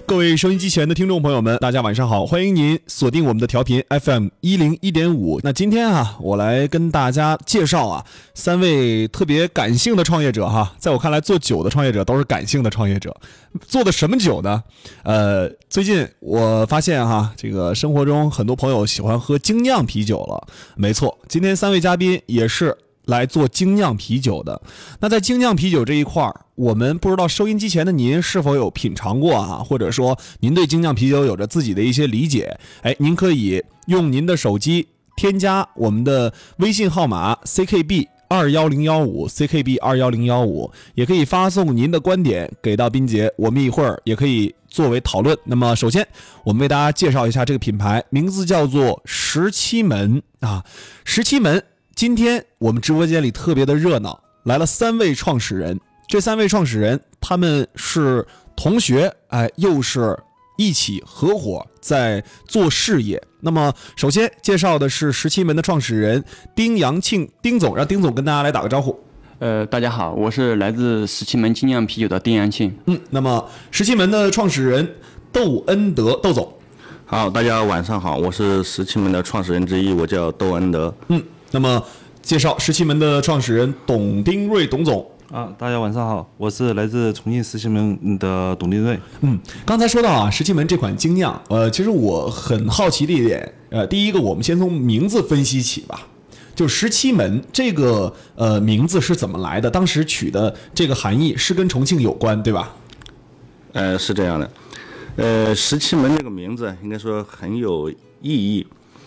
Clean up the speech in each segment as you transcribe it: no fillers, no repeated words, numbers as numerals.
各位收音机前的听众朋友们，大家晚上好，欢迎您锁定我们的调频 FM101.5。那今天我来跟大家介绍三位特别感性的创业者在我看来，做酒的创业者都是感性的创业者。做的什么酒呢？最近我发现这个生活中很多朋友喜欢喝精酿啤酒了。没错，今天三位嘉宾也是来做精酿啤酒的。那在精酿啤酒这一块，我们不知道收音机前的您是否有品尝过或者说您对精酿啤酒有着自己的一些理解。您可以用您的手机添加我们的微信号码 CKB21015 CKB21015，也可以发送您的观点给到斌姐，我们一会儿也可以作为讨论。那么首先我们为大家介绍一下这个品牌，名字叫做17门17门。今天我们直播间里特别的热闹，来了三位创始人。这三位创始人他们是同学，又是一起合伙在做事业。那么首先介绍的是17门的创始人丁阳庆，丁总，让丁总跟大家来打个招呼。 大家好，我是来自17门精酿啤酒的丁阳庆。 那么17门的创始人窦恩德，窦总。 好，大家晚上好，我是17门的创始人之一，我叫窦恩德。 那么介绍17门的创始人董丁瑞，董总。 大家晚上好，我是来自重庆17门的董丁瑞。 刚才说到17门这款精酿，其实我很好奇的一点，第一个我们先从名字分析起吧。就17门这个名字是怎么来的？当时取的这个含义是跟重庆有关，对吧？ 是这样的。17门这个名字应该说很有意义。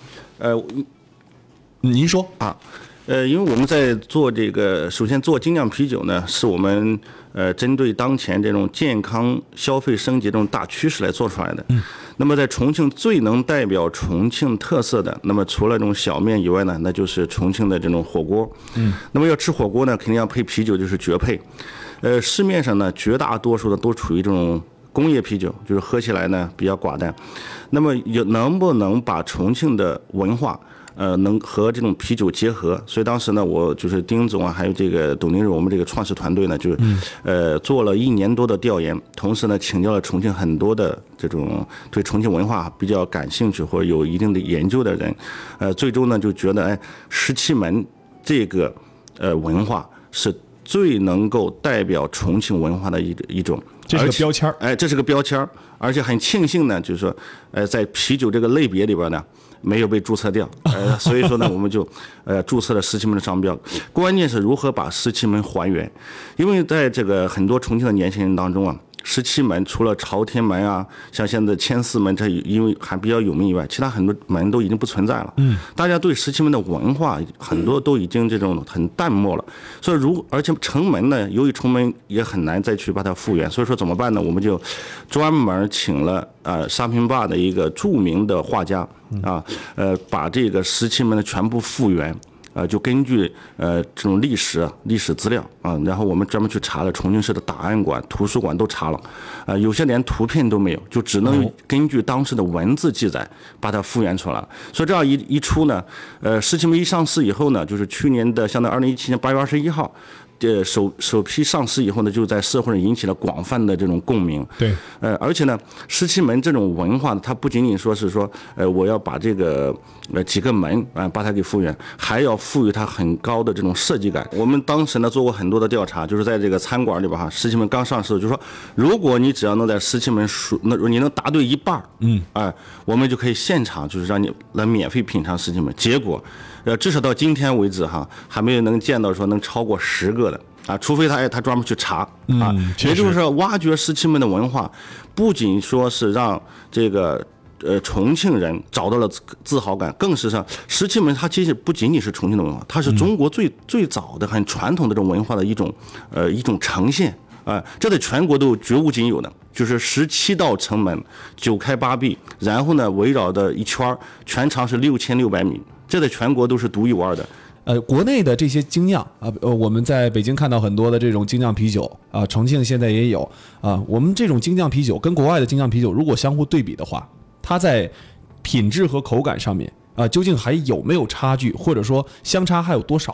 您说因为我们在做这个，首先做精酿啤酒呢，是我们针对当前这种健康消费升级这种大趋势来做出来的。那么在重庆最能代表重庆特色的，那么除了这种小面以外呢，那就是重庆的这种火锅。那么要吃火锅呢，肯定要配啤酒，就是绝配。市面上呢，绝大多数的都处于这种工业啤酒，就是喝起来呢比较寡淡。那么能不能把重庆的文化能和这种啤酒结合？所以当时呢，我就是丁总还有这个董丁瑞，我们这个创始团队呢，就是做了1年多的调研，同时呢，请教了重庆很多的这种对重庆文化比较感兴趣或者有一定的研究的人，最终呢就觉得17门这个文化是最能够代表重庆文化的一种。 这是个标签这是个标签，而且很庆幸呢，就是说，在啤酒这个类别里边呢，没有被注册掉，所以说呢，我们就注册了17门的商标。关键是如何把17门还原，因为在这个很多重庆的年轻人当中17门除了朝天门像现在千寺门，这因为还比较有名以外，其他很多门都已经不存在了。大家对17门的文化很多都已经这种很淡漠了。所以而且城门呢，由于城门也很难再去把它复原，所以说怎么办呢？我们就专门请了沙坪坝的一个著名的画家把这个17门的全部复原。就根据这种历史资料然后我们专门去查了重庆市的档案馆、图书馆都查了，有些连图片都没有，就只能根据当时的文字记载把它复原出来了。所以这样一出呢，17门一上市以后呢，就是去年的，相当于2017年8月21号。首批上市以后呢，就在社会上引起了广泛的这种共鸣。 对， 而且呢，17门这种文化，它不仅仅说是说，我要把这个几个门把它给复原，还要赋予它很高的这种设计感。我们当时呢做过很多的调查，就是在这个餐馆里边17门刚上市，就是说，如果你只要能在17门你能答对一半，我们就可以现场就是让你来免费品尝17门。结果，至少到今天为止还没有能见到说能超过10个的除非他专门去查也就是说挖掘17门的文化，不仅说是让这个重庆人找到了自豪感，更是上17门它其实不仅仅是重庆的文化，它是中国最早的很传统的这种文化的一种呈现这在全国都绝无仅有的，就是17道城门，9开8闭，然后呢围绕的一圈，全长是6600米，这在全国都是独一无二的。 国内的这些精酿我们在北京看到很多的这种精酿啤酒重庆现在也有我们这种精酿啤酒跟国外的精酿啤酒如果相互对比的话，它在品质和口感上面究竟还有没有差距，或者说相差还有多少？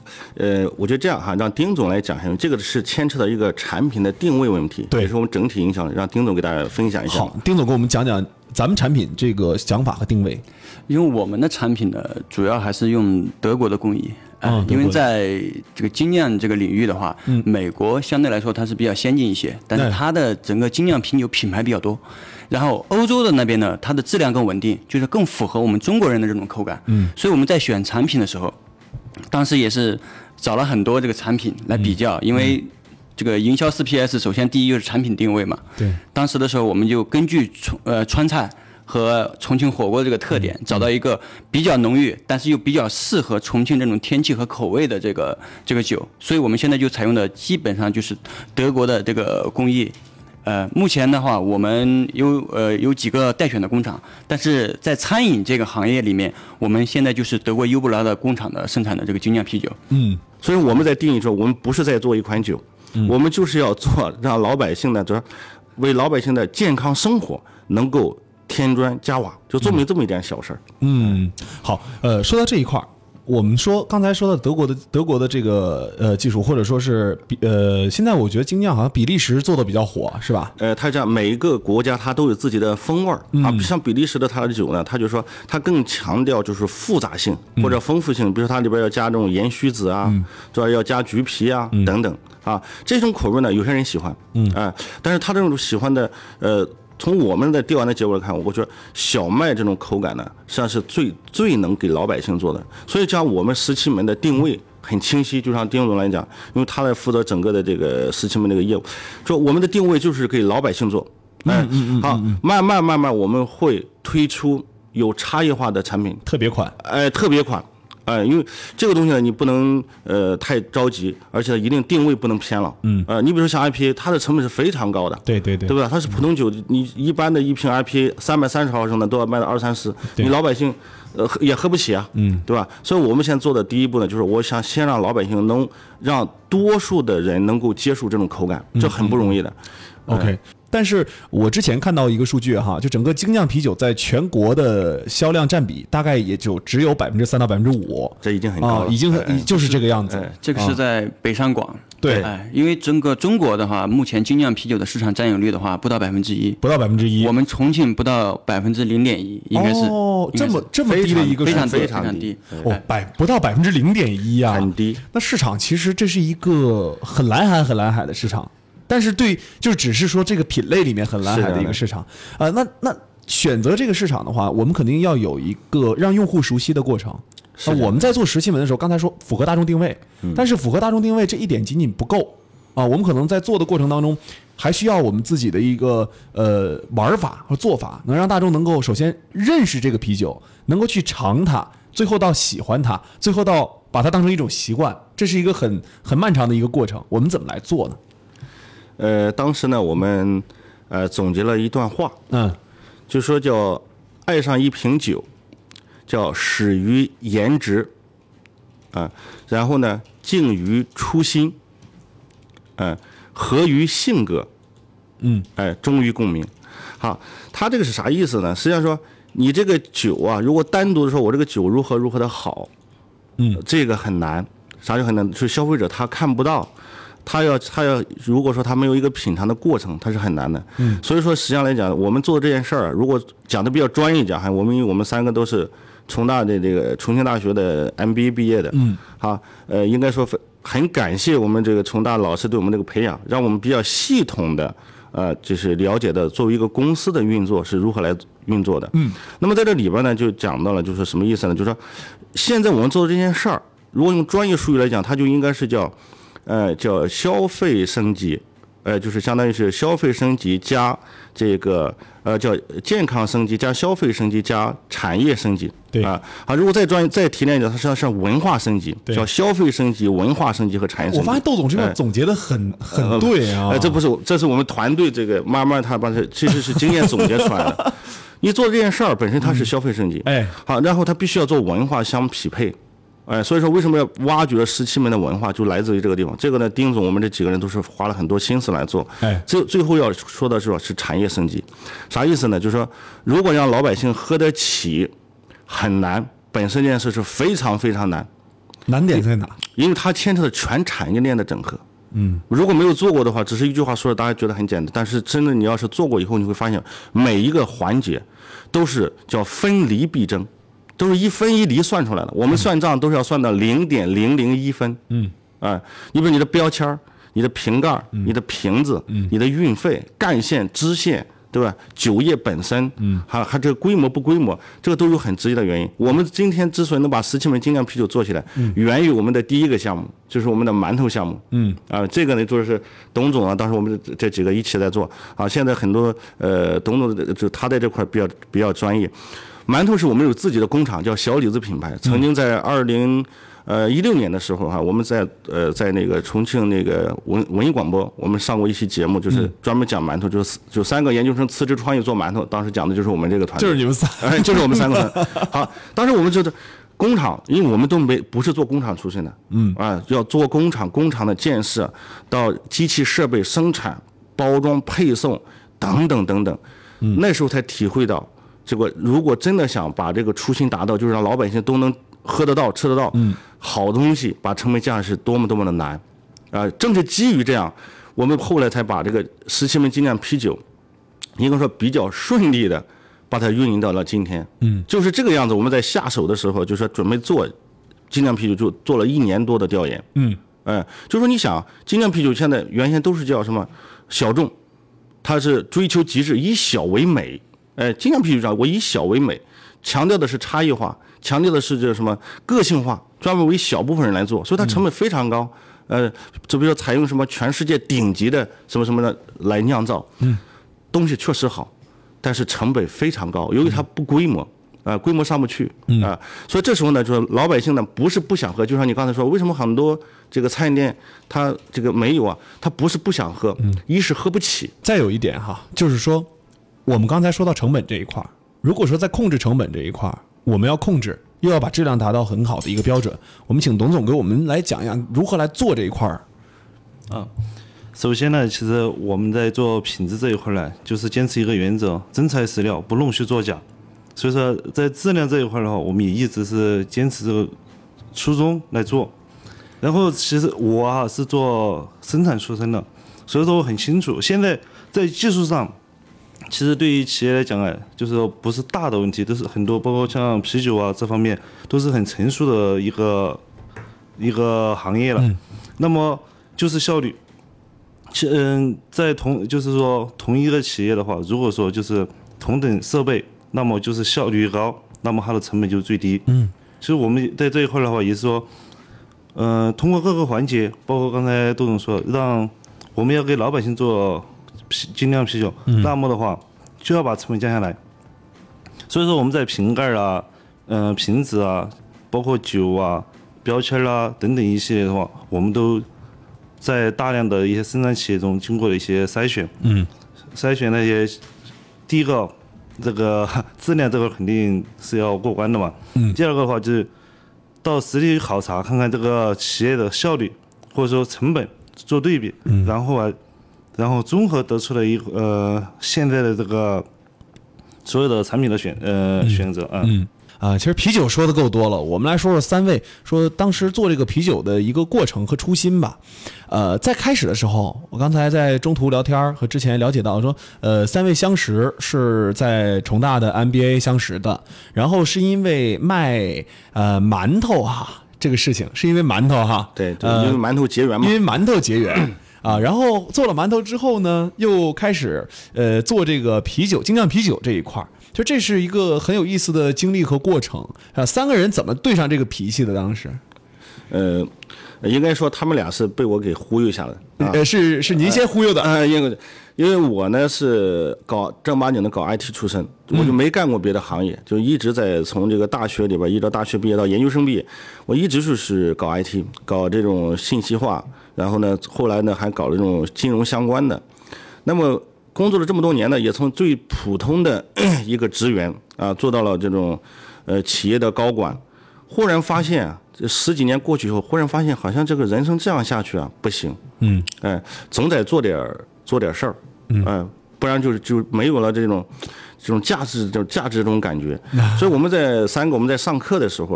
我觉得这样哈，让丁总来讲一下，这个是牵扯到一个产品的定位问题， 对， 也是我们整体影响，让丁总给大家分享一下。 好，丁总给我们讲讲咱们产品这个想法和定位。 因为我们的产品呢，主要还是用德国的工艺。因为在这个精酿这个领域的话，美国相对来说它是比较先进一些，但是它的整个精酿啤酒品牌比较多。然后欧洲的那边呢，它的质量更稳定，就是更符合我们中国人的这种口感。所以我们在选产品的时候，当时也是找了很多这个产品来比较，因为这个营销 4PS 首先第一就是产品定位嘛。 对。 当时的时候，我们就根据川菜和重庆火锅这个特点，找到一个比较浓郁，但是又比较适合重庆这种天气和口味的这个酒，所以我们现在就采用的基本上就是德国的这个工艺。目前的话，我们有几个待选的工厂，但是在餐饮这个行业里面，我们现在就是德国优布劳的工厂的生产的这个精酿啤酒。 所以我们在定义说，我们不是在做一款酒，我们就是要做让老百姓呢，就是为老百姓的健康生活能够添砖加瓦，就这么一点小事儿。 好，说到这一块儿，我们刚才说的德国的这个技术，或者说是现在我觉得精酿好像比利时做的比较火，是吧？ 它这样每一个国家它都有自己的风味儿啊，像比利时的它的酒呢，它就说它更强调就是复杂性或者丰富性，比如说它里边要加这种盐须子啊，主要要加橘皮啊等等啊，这种口味呢有些人喜欢，但是他这种喜欢的从我们的调研的结果来看，我觉得小麦这种口感呢，实际上是最能给老百姓做的。所以像我们17门的定位很清晰，就像丁总来讲，因为他来负责整个的这个17门这个业务，说我们的定位就是给老百姓做。好，慢慢我们会推出有差异化的产品， 特别款。 特别款。因为这个东西呢，你不能太着急，而且一定定位不能偏了。你比如说像 IPA， 它的成本是非常高的， 对吧？它是普通酒，你一般的一瓶 IPA 330毫升的都要卖到20-30，你老百姓也喝不起啊，对吧？所以我们现在做的第一步呢，就是我想先让老百姓能让多数的人能够接受这种口感，这很不容易的。 OK。但是我之前看到一个数据哈，就整个精酿啤酒在全国的销量占比大概也就只有3%到5%， 这已经很高了， 已经就是这个样子。 这个是在北上广。 对， 因为整个中国的话，目前精酿啤酒的市场占有率的话不到1%， 不到1%。 我们重庆不到0.1%，应该是这么低的一个非常低不到0.01%啊， 很低。 那市场其实这是一个很蓝海的市场。但是就只是说这个品类里面很蓝海的一个市场那选择这个市场的话，我们肯定要有一个让用户熟悉的过程。我们在做17门的时候，刚才说符合大众定位，但是符合大众定位这一点仅仅不够我们可能在做的过程当中，还需要我们自己的一个玩法和做法，能让大众能够首先认识这个啤酒，能够去尝它，最后到喜欢它，最后到把它当成一种习惯，这是一个很漫长的一个过程。我们怎么来做呢？ 当时呢，我们总结了一段话，就说叫爱上一瓶酒，叫始于颜值，然后呢敬于初心，合于性格，忠于共鸣。好，他这个是啥意思呢？实际上说，你这个酒啊，如果单独的说我这个酒如何的好，这个很难，啥就很难，是消费者他看不到。他要，如果说他没有一个品尝的过程，他是很难的。所以说实际上来讲，我们做这件事儿，如果讲的比较专业讲，因为我们3个都是重大的这个重庆大学的 MBA 毕业的，应该说很感谢我们这个重大老师对我们这个培养，让我们比较系统的就是了解的作为一个公司的运作是如何来运作的。那么在这里边呢，就讲到了，就是什么意思呢？就是说现在我们做的这件事儿，如果用专业术语来讲，它就应该是叫消费升级，就是相当于是消费升级加这个叫健康升级加消费升级加产业升级。 对如果再提炼一点，它实际上是文化升级，叫消费升级、文化升级和产业升级。 我发现窦总这个总结的很对啊。 这是我们团队这个慢慢他把这其实是经验总结出来的。你做这件事儿本身它是消费升级，好，然后它必须要做文化相匹配。所以说为什么要挖掘17门的文化，就来自于这个地方。这个呢，丁总我们这几个人都是花了很多心思来做。最后要说的是产业升级，啥意思呢？就是说，如果让老百姓喝得起，很难，本身这件事是非常非常难。 难点在哪？ 因为它牵扯到全产业链的整合。如果没有做过的话，只是一句话说的，大家觉得很简单。但是真的，你要是做过以后，你会发现每一个环节都是叫分厘必争，都是1分1厘算出来的。我们算账都是要算到0.001分。你比如你的标签、你的瓶盖、你的瓶子、你的运费、干线、支线。对吧？酒业本身，还这个规模不规模，这个都有很直接的原因。我们今天之所以能把17门精酿啤酒做起来，源于我们的第一个项目，就是我们的馒头项目。这个呢就是董总啊，当时我们这几个一起在做啊。现在很多董总就他在这块比较专业。馒头是我们有自己的工厂，叫小李子品牌，曾经在2016年的时候我们在那个重庆那个文艺广播，我们上过一期节目，就是专门讲馒头，就3个研究生辞职创业做馒头，当时讲的就是我们这个团队， 就是你们仨， 就是我们3个团。好，当时我们觉得工厂，因为我们都不是做工厂出身的，要做工厂的建设到机器设备生产、包装、配送等等等等，那时候才体会到，这个如果真的想把这个初心达到，就是让老百姓都能喝得到、吃得到，好东西，把成本降下是多么多么的难，正是基于这样，我们后来才把这个17门精酿啤酒，应该说比较顺利的把它运营到了今天。就是这个样子。我们在下手的时候，就是准备做精酿啤酒，就做了1年多的调研。就说你想，精酿啤酒现在原先都是叫什么小众，它是追求极致，以小为美。精酿啤酒上我以小为美，强调的是差异化，强调的是这什么个性化，专门为小部分人来做，所以它成本非常高。就比如说采用什么全世界顶级的什么什么的来酿造，东西确实好，但是成本非常高，由于它不规模，规模上不去，所以这时候呢，就是老百姓呢不是不想喝，就像你刚才说，为什么很多这个餐饮店它这个没有啊？它不是不想喝，一是喝不起。 再有一点就是说，我们刚才说到成本这一块，如果说在控制成本这一块，我们要控制，又要把质量达到很好的一个标准，我们请董总给我们来讲一讲如何来做这一块。 首先呢，其实我们在做品质这一块呢，就是坚持一个原则：真材实料，不弄虚作假。所以说，在质量这一块的话，我们也一直是坚持这个初衷来做。然后，其实我是做生产出身的，所以说我很清楚，现在在技术上。其实对于企业来讲就是说不是大的问题，都是很多，包括像啤酒这方面，都是很成熟的一个行业了。那么就是效率，在就是说同一个企业的话，如果说就是同等设备，那么就是效率高，那么它的成本就最低。其实我们在这一块的话，也是说，通过各个环节，包括刚才杜总说，让我们要给老百姓做精酿啤酒，那么的话就要把成本降下来。所以说我们在瓶盖瓶子包括酒标签等等一系列的话，我们都在大量的一些生产企业中经过了一些筛选。筛选那些，第一个这个质量这个肯定是要过关的嘛。第二个的话就是到实地考察，看看这个企业的效率或者说成本做对比，然后综合得出了现在的这个所有的产品的选择。 其实啤酒说的够多了，我们来说说3位说当时做这个啤酒的一个过程和初心吧。在开始的时候，我刚才在中途聊天和之前了解到说，3位相识是在重大的 MBA 相识的，然后是因为卖馒头这个事情，是因为馒头对，因为馒头结缘嘛， 因为馒头结缘。然后做了馒头之后呢，又开始做这个啤酒，精酿啤酒这一块，就这是一个很有意思的经历和过程。3个人怎么对上这个脾气的？当时， 应该说他们俩是被我给忽悠下的。 是您先忽悠的。 因为我呢是正儿八经的搞 IT 出身，我就没干过别的行业，就一直在从这个大学里边，一直到大学毕业到研究生毕业，我一直就是搞 IT， 搞这种信息化，然后呢，后来呢还搞这种金融相关的。那么工作了这么多年呢，也从最普通的一个职员做到了这种企业的高管，忽然发现这10几年过去以后，忽然发现好像这个人生这样下去不行。总得做点事儿。不然就没有了这种价值这种感觉。所以我们在3个我们在上课的时候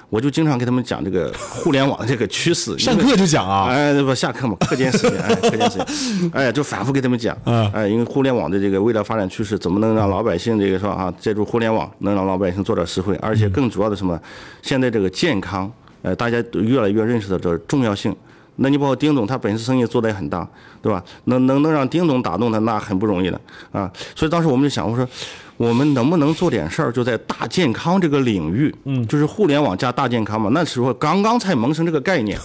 我就经常给他们讲这个互联网的这个趋势。 上课就讲啊？ 不下课嘛，课间时间，课间时间，就反复给他们讲。因为互联网的这个未来发展趋势，怎么能让老百姓这个说啊，借助互联网能让老百姓做点实惠，而且更主要的什么，现在这个健康，大家都越来越认识到这重要性。那你包括丁总，他本身生意做得也很大，对吧？能让丁总打动他，那很不容易的啊。所以当时我们就想，我说我们能不能做点事儿，就在大健康这个领域，就是互联网加大健康嘛。那时候刚刚才萌生这个概念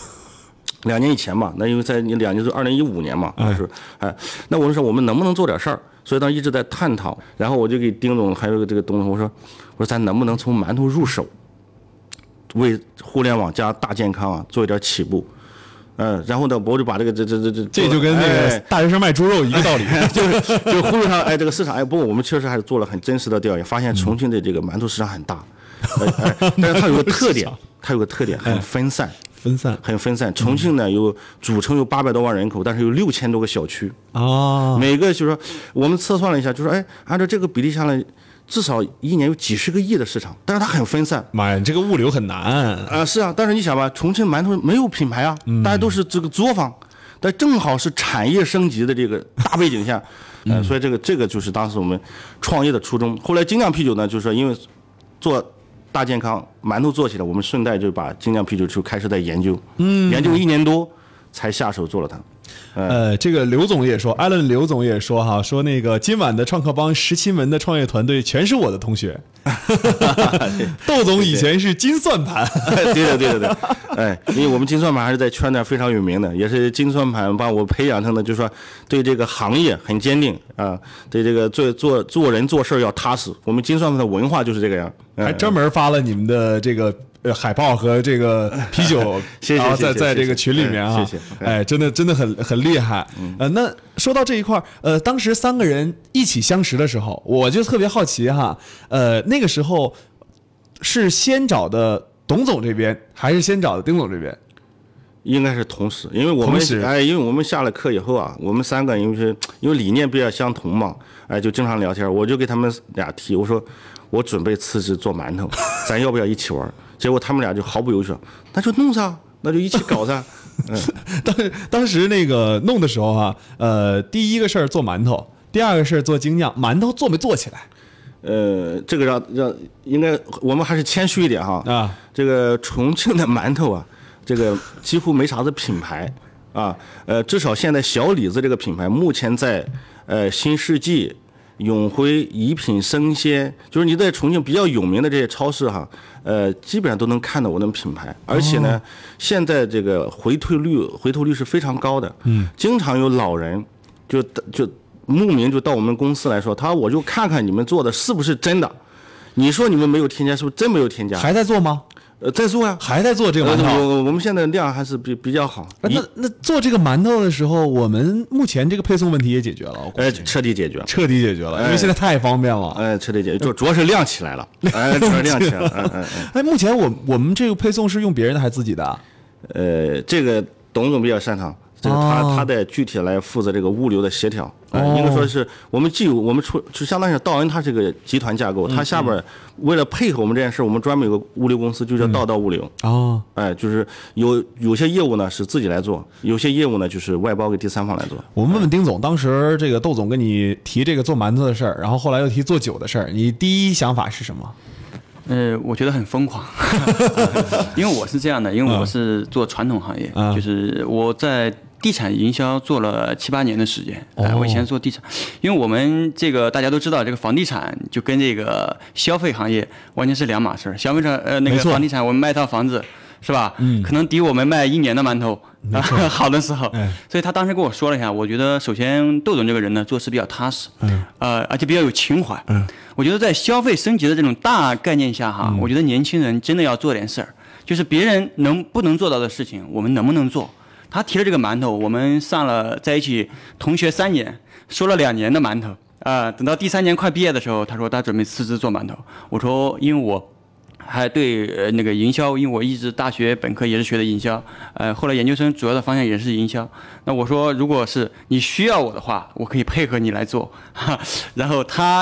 ，2年以前嘛。那因为在2年就2015年嘛，那我就说我们能不能做点事儿？所以当时一直在探讨。然后我就给丁总还有这个东西，我说咱能不能从馒头入手，为互联网加大健康做一点起步。然后呢，我就把这个这就跟那个大学生卖猪肉一个道理， 就忽悠上这个市场。不过我们确实还是做了很真实的调研，发现重庆的这个馒头市场很大，但是它有个特点，很分散。很分散。重庆呢主城有800多万人口，但是有6000多个小区啊，每个就是说我们测算了一下，就是按照这个比例下来，至少一年有几十个亿的市场，但是它很分散。 妈呀，这个物流很难是啊，但是你想吧，重庆馒头没有品牌啊，大家都是这个作坊，但正好是产业升级的这个大背景下，所以这个就是当时我们创业的初衷。后来精酿啤酒呢，就是说因为做大健康馒头做起来，我们顺带就把精酿啤酒就开始在研究，研究1年多才下手做了它。 这个刘总也说，艾伦刘总也说哈，说那个今晚的创客帮17门的创业团队全是我的同学。窦总以前是金算盘。 对的，因为我们金算盘还是在圈内非常有名的，也是金算盘把我培养成的，就是说对这个行业很坚定啊，对这个做人做事要踏实。我们金算盘的文化就是这个样。 还专门发了你们的这个海报和这个啤酒，然后在这个群里面啊， 谢谢， 真的很厉害。那说到这一块当时3个人一起相识的时候，我就特别好奇哈，那个时候是先找的董总这边，还是先找的丁总这边？ 应该是同时，因为我们下了课以后啊，我们3个因为理念比较相同嘛，就经常聊天，我就给他们俩提，我说我准备辞职做馒头，咱要不要一起玩？结果他们俩就毫不犹豫说，那就弄噻，那就一起搞噻。 当时那个弄的时候啊，第一个事儿做馒头，第2个事儿做精酿，馒头做没做起来？ 这个让应该我们还是谦虚一点哈啊。这个重庆的馒头啊，这个几乎没啥子品牌啊，至少现在小李子这个品牌目前在新世纪、永辉、宜品生鲜，就是你在重庆比较有名的这些超市哈，基本上都能看到我的品牌，而且呢，现在这个回头率是非常高的，经常有老人就慕名就到我们公司来说，我就看看你们做的是不是真的，你说你们没有添加，是不是真没有添加？ 还在做吗？ 在做呀， 还在做这个馒头。 我们现在量还是比较好。 那做这个馒头的时候，我们目前这个配送问题也解决了。 彻底解决了， 因为现在太方便了。 彻底解决，就主要是亮起来了。主要亮起来了。 目前我们这个配送是用别人的还是自己的？ 这个董总比较擅长。这个他在具体来负责这个物流的协调，应该说是我们就相当于道恩，他这个集团架构，他下边为了配合我们这件事，我们专门有个物流公司，就叫道物流就是有些业务呢是自己来做，有些业务呢就是外包给第三方来做。 我们问问丁总，当时这个窦总跟你提这个做馒头的事儿，然后后来又提做酒的事儿，你第一想法是什么？ 我觉得很疯狂，因为我是这样的，因为我是做传统行业，就是我在地产营销做了7、8年的时间。我以前做地产，因为我们这个大家都知道，这个房地产就跟这个消费行业完全是两码事。消费者那个房地产，我们卖套房子是吧？可能抵我们卖1年的馒头。好的时候，所以他当时跟我说了一下，我觉得首先窦总这个人呢，做事比较踏实，而且比较有情怀。我觉得在消费升级的这种大概念下哈，我觉得年轻人真的要做点事儿，就是别人不能做到的事情，我们能不能做？他提了这个馒头，我们上了在一起同学3年，收了2年的馒头等到第3年快毕业的时候，他说他准备辞职做馒头。我说因为我还对那个营销，因为我一直大学本科也是学的营销，后来研究生主要的方向也是营销。那我说如果是你需要我的话，我可以配合你来做。然后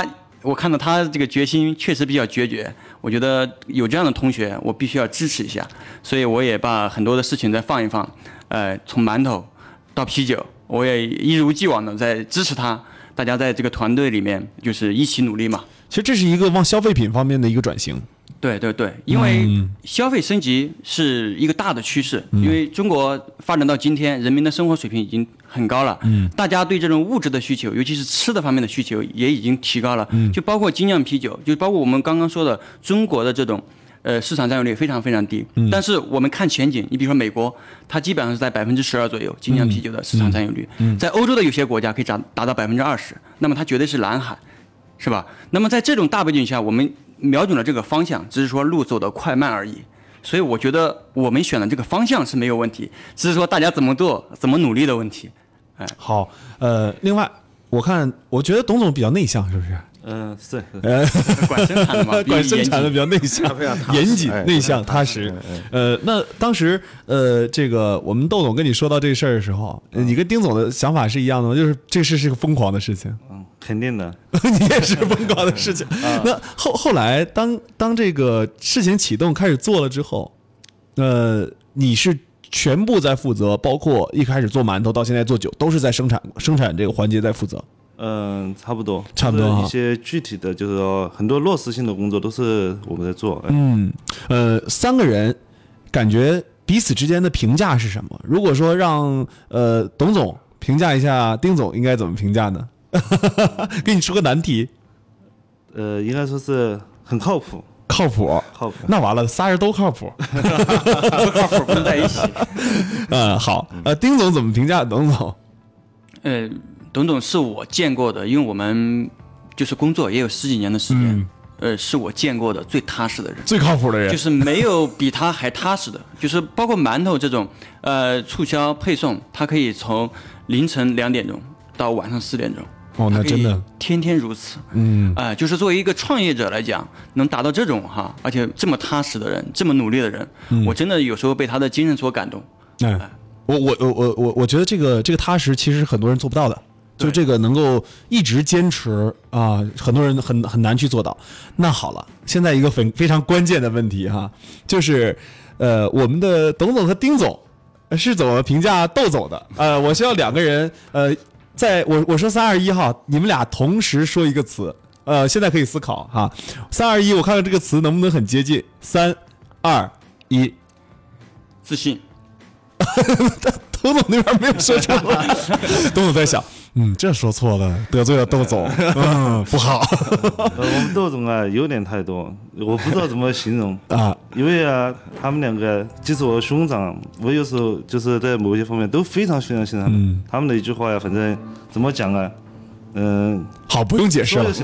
我看到他这个决心确实比较决绝，我觉得有这样的同学，我必须要支持一下，所以我也把很多的事情再放一放，从馒头到啤酒，我也一如既往的在支持他，大家在这个团队里面就是一起努力嘛。 其实这是一个往消费品方面的一个转型。 对对对，因为消费升级是一个大的趋势，因为中国发展到今天，人民的生活水平已经很高了，大家对这种物质的需求，尤其是吃的方面的需求也已经提高了，就包括精酿啤酒，就包括我们刚刚说的中国的这种市场占有率非常非常低，但是我们看前景，你比如说美国，它基本上是在12%左右精酿啤酒的市场占有率，在欧洲的有些国家可以达到20%，那么它绝对是蓝海，是吧？那么在这种大背景下，我们瞄准了这个方向，只是说路走得快慢而已。所以我觉得我们选的这个方向是没有问题，只是说大家怎么做、怎么努力的问题。 好，另外我觉得董总比较内向，是不是？ 是。 管生产的嘛， 管生产的比较内向，严谨、内向、踏实。那当时这个我们窦总跟你说到这事儿的时候，你跟丁总的想法是一样的吗？就是这事是个疯狂的事情。 肯定的。 你也是疯狂的事情。那后来当这个事情启动开始做了之后，你是全部在负责，包括一开始做馒头到现在做酒，都是在生产这个环节在负责。 差不多，一些具体的就是说很多落实性的工作都是我们在做。 三个人感觉彼此之间的评价是什么？如果说让董总评价一下丁总，应该怎么评价呢？给你出个难题。 应该说是很靠谱。 靠谱。那完了，仨人都靠谱。 不靠谱不能在一起。 好。丁总怎么评价董总？ 董总是我见过的，因为我们就是工作也有10几年的时间，是我见过的最踏实的人， 最靠谱的人， 就是没有比他还踏实的。就是包括馒头这种，促销配送，他可以从凌晨2点钟到晚上4点钟。 那真的天天如此。就是作为一个创业者来讲，能达到这种而且这么踏实的人，这么努力的人，我真的有时候被他的精神所感动。 我觉得这个踏实其实很多人做不到的。就这个能够一直坚持很多人很难去做到。那好了，现在一个非常关键的问题就是我们的董总和丁总是怎么评价窦总的？我需要2个人在我说3、2、1你们俩同时说一个词，现在可以思考3、2、1，我看看这个词能不能很接近。3、2、1， 自信。 董总那边没有说出来，董总在想。这说错了，得罪了窦总，不好。 我们窦总有点太多，我不知道怎么形容因为他们2个即使我兄长，我有时候就是在某些方面都非常欣赏他们。他们的一句话反正怎么讲好，不用解释了。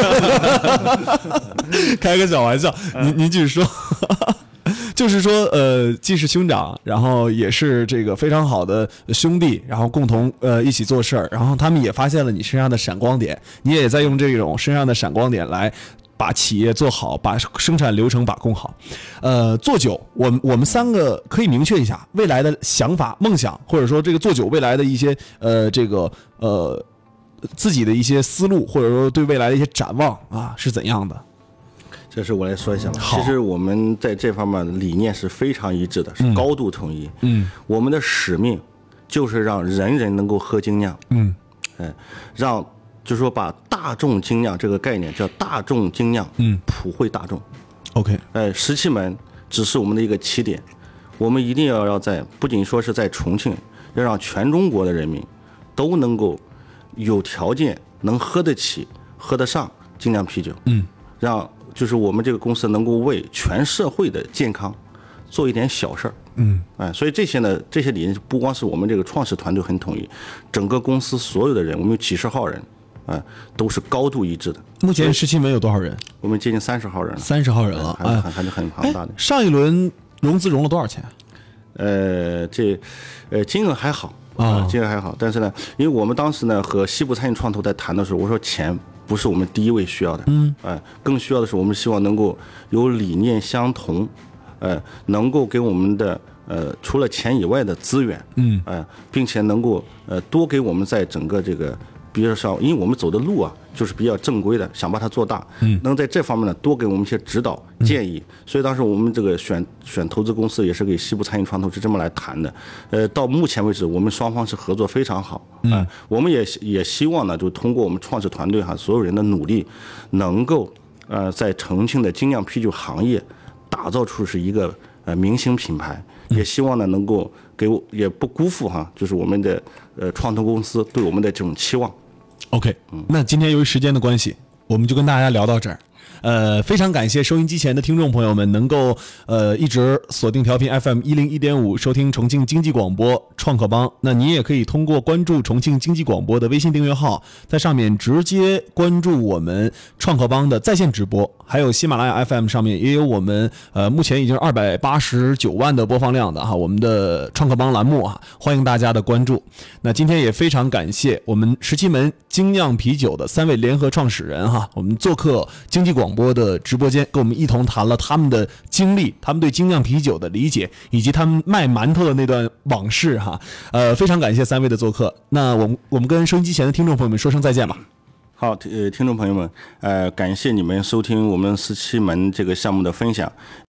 开个小玩笑，您继续说。就是说，既是兄长，然后也是这个非常好的兄弟，然后共同一起做事儿，然后他们也发现了你身上的闪光点，你也在用这种身上的闪光点来把企业做好，把生产流程把控好。做酒，我们3个可以明确一下未来的想法、梦想，或者说这个做酒未来的一些自己的一些思路，或者说对未来的一些展望是怎样的？ 这是我来说一下。其实我们在这方面的理念是非常一致的，是高度统一。我们的使命就是让人人能够喝精酿。让就是说把大众精酿这个概念叫大众精酿，普惠大众。 OK， 17门只是我们的一个起点，我们一定要在不仅说是在重庆，要让全中国的人民都能够有条件能喝得起、喝得上精酿啤酒。让就是我们这个公司能够为全社会的健康做一点小事儿。所以这些理念不光是我们这个创始团队很统一，整个公司所有的人，我们有几十号人，都是高度一致的。 目前17门有多少人？ 我们接近30号人了。 30号人了， 还是很庞大的。 上一轮融资融了多少钱？ 金额还好金额还好，但是呢，因为我们当时呢和西部餐饮创投在谈的时候，我说钱不是我们第一位需要的，更需要的是我们希望能够有理念相同，能够给我们的除了钱以外的资源，并且能够多给我们在整个这个比如说，因为我们走的路啊，就是比较正规的，想把它做大，能在这方面呢多给我们一些指导建议。所以当时我们这个选投资公司也是给西部餐饮创投是这么来谈的。到目前为止，我们双方是合作非常好。我们也希望呢，就通过我们创始团队所有人的努力，能够在重庆的精酿啤酒行业打造出是一个明星品牌。也希望呢能够也不辜负就是我们的创投公司对我们的这种期望。 OK，那今天由于时间的关系，我们就跟大家聊到这儿。非常感谢收音机前的听众朋友们能够一直锁定调频 FM 101.5收听重庆经济广播创客帮。那你也可以通过关注重庆经济广播的微信订阅号，在上面直接关注我们创客帮的在线直播，还有喜马拉雅 FM 上面也有我们目前已经289万的播放量的我们的创客帮栏目欢迎大家的关注。那今天也非常感谢我们17门精酿啤酒的3位联合创始人我们做客经济广播的直播间，跟我们一同谈了他们的经历，他们对精酿啤酒的理解，以及他们卖馒头的那段往事非常感谢3位的做客。那我们跟收音机前的听众朋友们说声再见吧。 好，听众朋友们，感谢你们收听我们17门这个项目的分享。